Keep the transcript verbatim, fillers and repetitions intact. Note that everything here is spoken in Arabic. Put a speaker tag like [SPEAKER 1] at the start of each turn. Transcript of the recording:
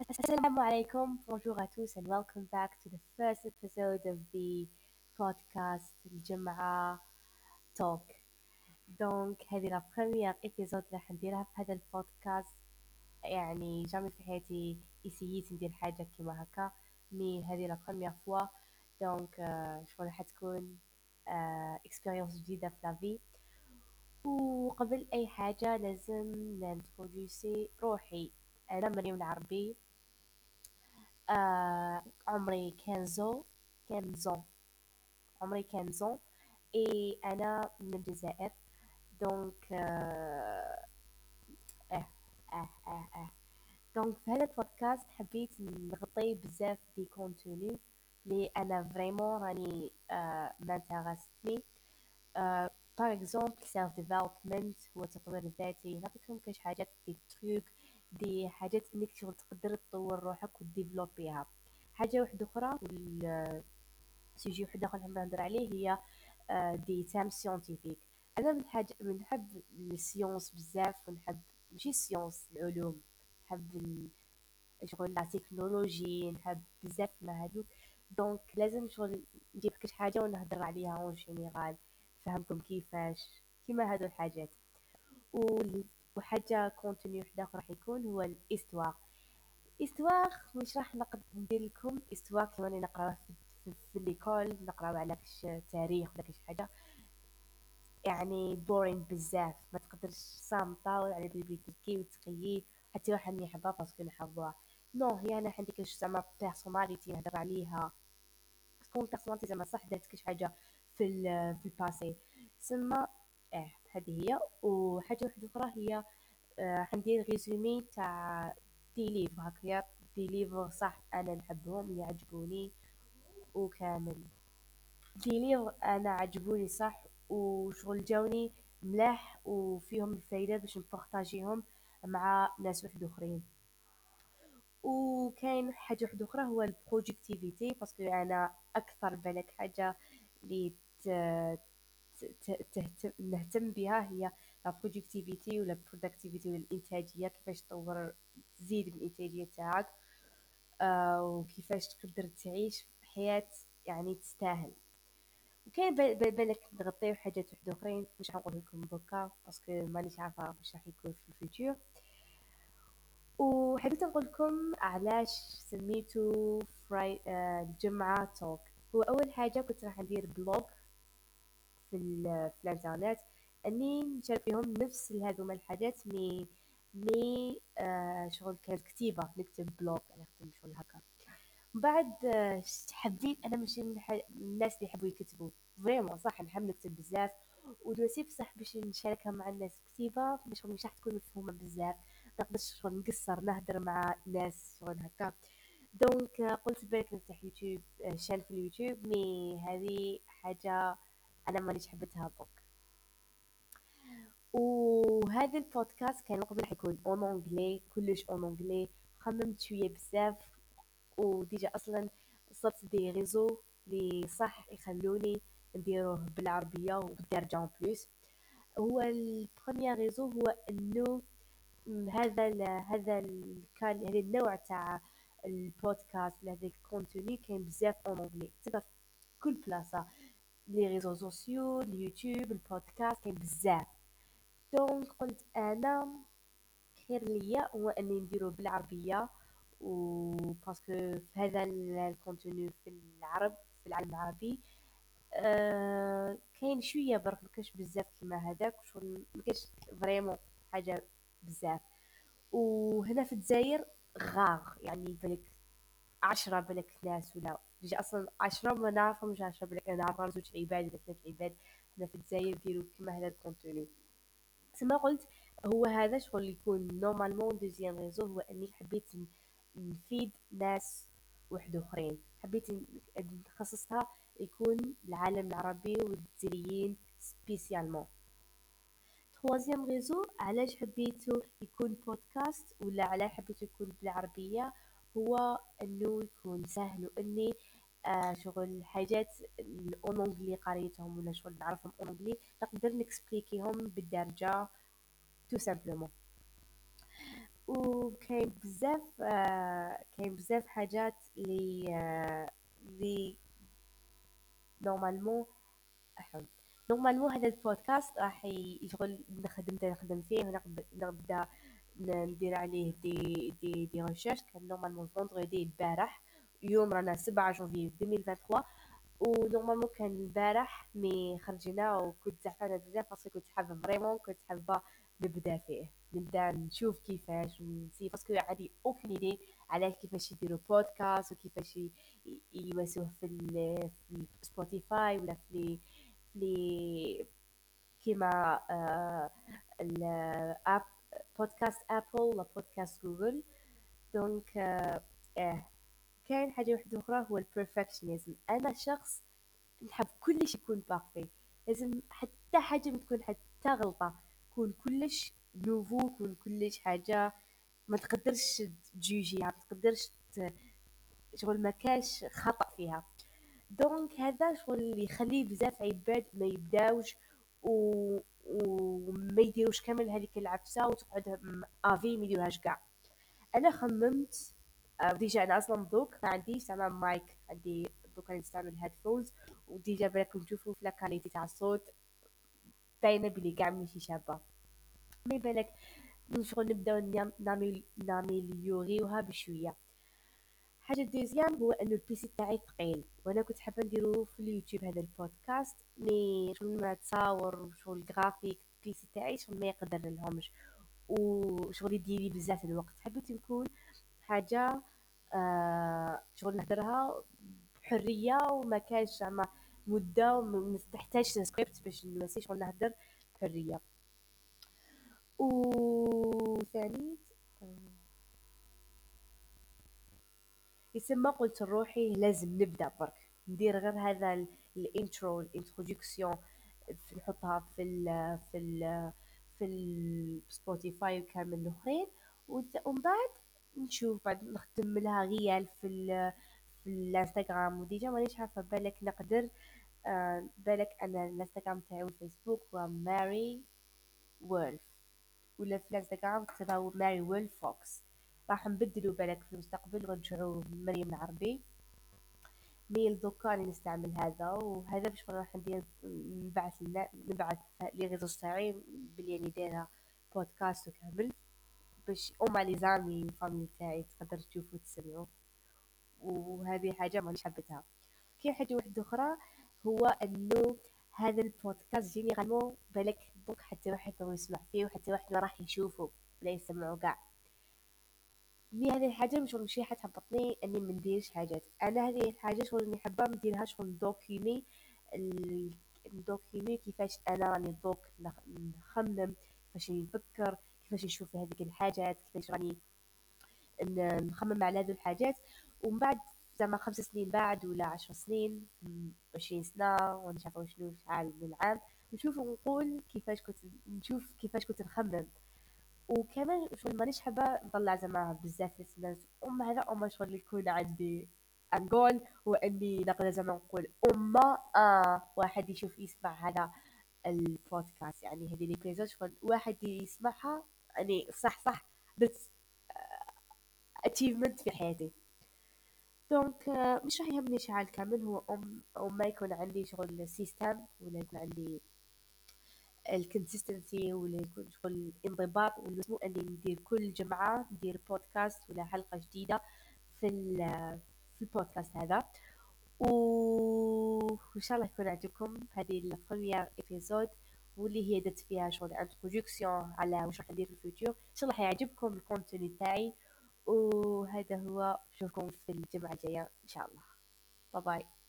[SPEAKER 1] Assalamu alaikum, bonjour à tous, and welcome back to the first episode of the podcast الجمعة توك. دونك هذه لا première episode راح نديرها في هذا البودكاست. يعني جامي في حياتي إسييت ندير حاجة كيما هكا، مي هذه لا première fois. دونك آه، شغل راح تكون آه، experience جديدة في لا في. وقبل أي حاجة لازم ننتروديوسي روحي. أنا مريم العربي. آه عمري كنزو كنزو عمري كنزو إي أنا من الجزائر. دونك آه آه آه آه آه دونك في هذا البودكاست حبيت نغطي بزاف دي كونتوني لي أنا فريمون راني آه مانتيريسني. آه باغ اكزومبل سيلف ديفلوبمنت، هو التطوير الذاتي. نعطيكم كاش حاجات دي تريك، دي حاجات انك شغل تقدر تطور روحك وتديفلوبيها. حاجة واحدة أخرى وال- سيجي واحد آخر نحب نهضر عليه هي آه، دي تام سيونتيفيك. أنا من حاجة نحب السيونس بزاف، ونحب ماشي السيونس العلوم، نحب ال- شغل لا تكنولوجي، نحب بزاف ما هادوك. دونك لازم شغل نجيب كاش حاجة ونهضر عليها اون جينيرال، نفهمكم كيفاش كيما هادو الحاجات. وال- وحاجة كونتينيو وحدة أخرى راح يكون هو الاستواء. استواء مش راح نقد ندير لكم استواء كما اللي نقرا في, في, في الليكول، نقراو على كش تاريخ ولا كش حاجه. يعني بورين بزاف، ما تقدرش صامتة على بلي تبكي وتقيي. حتى واحد يحبها باسكو نحبوها. نو هي انا عندي كاش زعما بيرسوناليتي نهضر عليها، تكون بيرسوناليتي زعما صح دارت كاش حاجه في ال في الباسي. سما اه هذه هي. وحاجه واحده اخرى هي آه، حندير ريزومي تاع دي ليفر هكايا. دي ليفر صح انا نحبهم يعجبوني وكامل. دي ليفر انا عجبوني صح، وشغل جاوني ملاح وفيهم الفايدة باش نبارطاجيهم مع ناس واحد اخرين. وكاين حاجة واحدة أخرى هو البروجكتيفيتي، باسكو أنا أكثر بالك حاجة اللي ت- ت- تهتم نهتم بها هي لا productivity ولا productivity ولا الإنتاجية، كيفاش تطور تزيد من الإنتاجية تاعك. آه وكيفاش تقدر تعيش حياة يعني تستاهل. وكاين بال- بال- بالك نغطيو حاجات واحدة أخرين مش حنقول لكم دوكا باسكو مانيش عارفة واش راح يكون في الفيتور. وحبيت نقول لكم علاش سميتو فراي آه الجمعة توك. هو أول حاجة كنت راح ندير بلوج في, ال- في الانترنت، اني نشارك فيهم نفس هذوما الحاجات. مي مي آه شغل كانت كتيبة، نكتب بلوج انا نكتب شغل هكا. من بعد آه حبيت انا ماشي من, ح... من الناس اللي يحبوا يكتبوا فريمون صح، نحب نكتب بزاف. ودوسي بصح باش نشاركها مع الناس كتيبة مش مش راح تكون مفهومة بزاف، نقدرش شغل نقصر نهدر مع ناس شغل هكا. دونك آه، قلت بالك نفتح يوتيوب، آه، شان في اليوتيوب. مي هذه حاجة انا مانيش حبيتها بوك. وهذا البودكاست كان قبل حيكون اون اونجلي، كلش اون اونجلي. خممت شويه بزاف، وديجا اصلا صرت دي ريزو اللي صح يخلوني نديروه بالعربيه وبالدارجه اون بليس. هو البروميير ريزو هو انه م، هذا ال هذا ال كان هذا النوع تاع البودكاست ولا هذا الكونتوني كاين بزاف اون اونجلي، تقدر كل بلاصه، لي ريزو سوسيو، اليوتيوب، البودكاست كاين بزاف. دونك قلت انا خير ليا هو اني نديرو بالعربيه. و باسكو في هذا ال- الكونتوني في العرب، في العالم العربي آه كاين شويه برك مكاش بزاف كيما هذاك، شغل مكاش فريمون حاجه بزاف. وهنا في الجزائر غاغ يعني بالك عشرة بالك ناس، ولا ديجا اصلا عشرة ما نعرفهم، مش عشرة بالك انا نعرف زوج عباد ولا ثلاث عباد هنا في الجزائر يديروا كيما هذا الكونتوني. كما قلت هو هذا شغل يكون نورمالمون دوزيام ريزو، هو اني حبيت ن- نفيد ناس واحد اخرين، حبيت ن- نخصصها يكون العالم العربي والجزائريين سبيسيالمون. تخوازيام ريزو علاش حبيته يكون بودكاست ولا علاش حبيته يكون بالعربية، هو انه يكون سهل، واني آه شغل حاجات الاونجلي قريتهم ولا شغل نعرفهم اونجلي نقدر نكسبليكيهم بالدارجة تو سامبلومون. وكاين بزاف آه كاين بزاف حاجات اللي آه اللي نورمالمون أحب. نورمالمون هذا البودكاست راح ي- يشغل نخدم نخدم فيه ونقد- نبدا ن- ندير عليه دي دي دي ريشيرش. كان نورمالمون فوندغودي البارح، يوم رانا سبعة جونفي ألفين وثلاثة وعشرين، ونورمالمون كان البارح مي خرجنا وكنت زعفانة بزاف باسكو كنت حابة فريمون كنت حابة نبدا فيه، نبدا نشوف كيفاش ونسي باسكو عندي اوكين ايدي على كيفاش يديروا بودكاست وكيفاش ي- ي- يواسوه في ال- في سبوتيفاي ولا في لي كيما آه الاب بودكاست ابل ولا بودكاست جوجل. دونك آه آه، كاين حاجة واحدة أخرى هو البرفكشنزم. أنا شخص نحب كلش يكون بارفي، لازم حتى حاجة ما تكون حتى غلطة، يكون كلش نوفو، يكون كلش حاجة ما تقدرش تجوجيها، ما تقدرش ت- شغل ما كاش خطأ فيها. دونك هذا شغل اللي يخلي بزاف عباد ما يبداوش و... وما يديروش كامل هذيك العفسه وتقعد م- افي ما يديروهاش كاع. انا خممت آه، ديجا انا اصلا دوك ما عنديش زعما مايك، عندي دوك راني نستعمل هيدفونز، وديجا بالك نشوفوا في لاكاليتي تاع الصوت باينه بلي كاع ماشي شابه. مي بالك شغل نبداو نعم- نعمل نعمليوريوها بشويه. حاجة دوزيام هو انه البيسي تاعي ثقيل، وانا كنت حابة نديرو في اليوتيوب هذا البودكاست، مي شغل ما تصاور وشغل جرافيك البيسي تاعي شغل ما يقدر لهمش، وشغل يديلي بزاف الوقت. حبيت نكون حاجة آه شغل نهدرها بحرية وما كانش زعما مدة وما تحتاج سكريبت باش نواسي شغل نهدر بحرية. وثاني يسمى قلت لروحي لازم نبدا برك ندير غير هذا ال- الانترو الانترودكسيون، في- نحطها في ال في ال في السبوتيفاي وكامل الاخرين، وت- ومن بعد نشوف بعد نختم لها غيال في ال في الانستغرام. وديجا مانيش عارفه بالك نقدر آه بالك انا الانستغرام تاعي والفيسبوك هو ماري وولف، ولا في الانستغرام كتبها ماري ويل فوكس. راح نبدلوا بالك في المستقبل ونرجعوا مريم العربي. ميل دوكا راني نستعمل هذا، وهذا باش راح ندير نبعث لنا نبعث لي ريزو تاعي بلي راني دايره بودكاست وكامل، باش هما لي زامي فامي تاعي تقدر تشوفوا وتسمعوا. وهذه حاجه مانيش حبيتها. كاين حاجه واحده اخرى هو انه هذا البودكاست جينيرالمون بالك دوك حتى واحد ما يسمع فيه وحتى واحد ما راح يشوفه ولا يسمعه كاع. مي هذه الحاجه مش شغل شي حاجه تهبطني اني ما نديرش حاجات. انا هذه الحاجه شغل اني حابه نديرها شغل دوكيمي ال- ندوكيمي كيفاش انا راني دوك نخ- نخمم، كيفاش نفكر، كيفاش نشوف هذيك الحاجات، كيفاش راني ن- نخمم على هذو الحاجات. ومن بعد زعما خمس سنين بعد ولا عشر سنين، م، عشرين سنة ونش عارفة شنو شحال من عام، نشوف ونقول كيفاش كنت نشوف كيفاش كنت نخمم. وكمان شغل مانيش حابة نطلع زعما بزاف الناس أما هذا أما شغل اللي يكون عندي نقول هو اني نقدر زعما نقول أما آه واحد يشوف يسمع هذا البودكاست، يعني هذه ليبيزود شغل واحد يسمعها، يعني صح صح درت اتشيفمنت في حياتي. دونك آه، مش راح يهمني شعال كامل، هو أم أو ما يكون عندي شغل سيستم ولا يكون عندي الكونسيستنسي ولا يكون شغل انضباط، ولازم اني ندير كل جمعة ندير بودكاست ولا حلقة جديدة في ال- في البودكاست هذا. وان شاء الله يكون عجبكم هذه البريمير ابيزود، واللي هي درت فيها شغل انتروداكسيون على واش راح ندير في الفيوتشر. ان شاء الله حيعجبكم الكونتنت تاعي. وهذا هو، نشوفكم في الجمعة الجاية ان شاء الله. باي باي.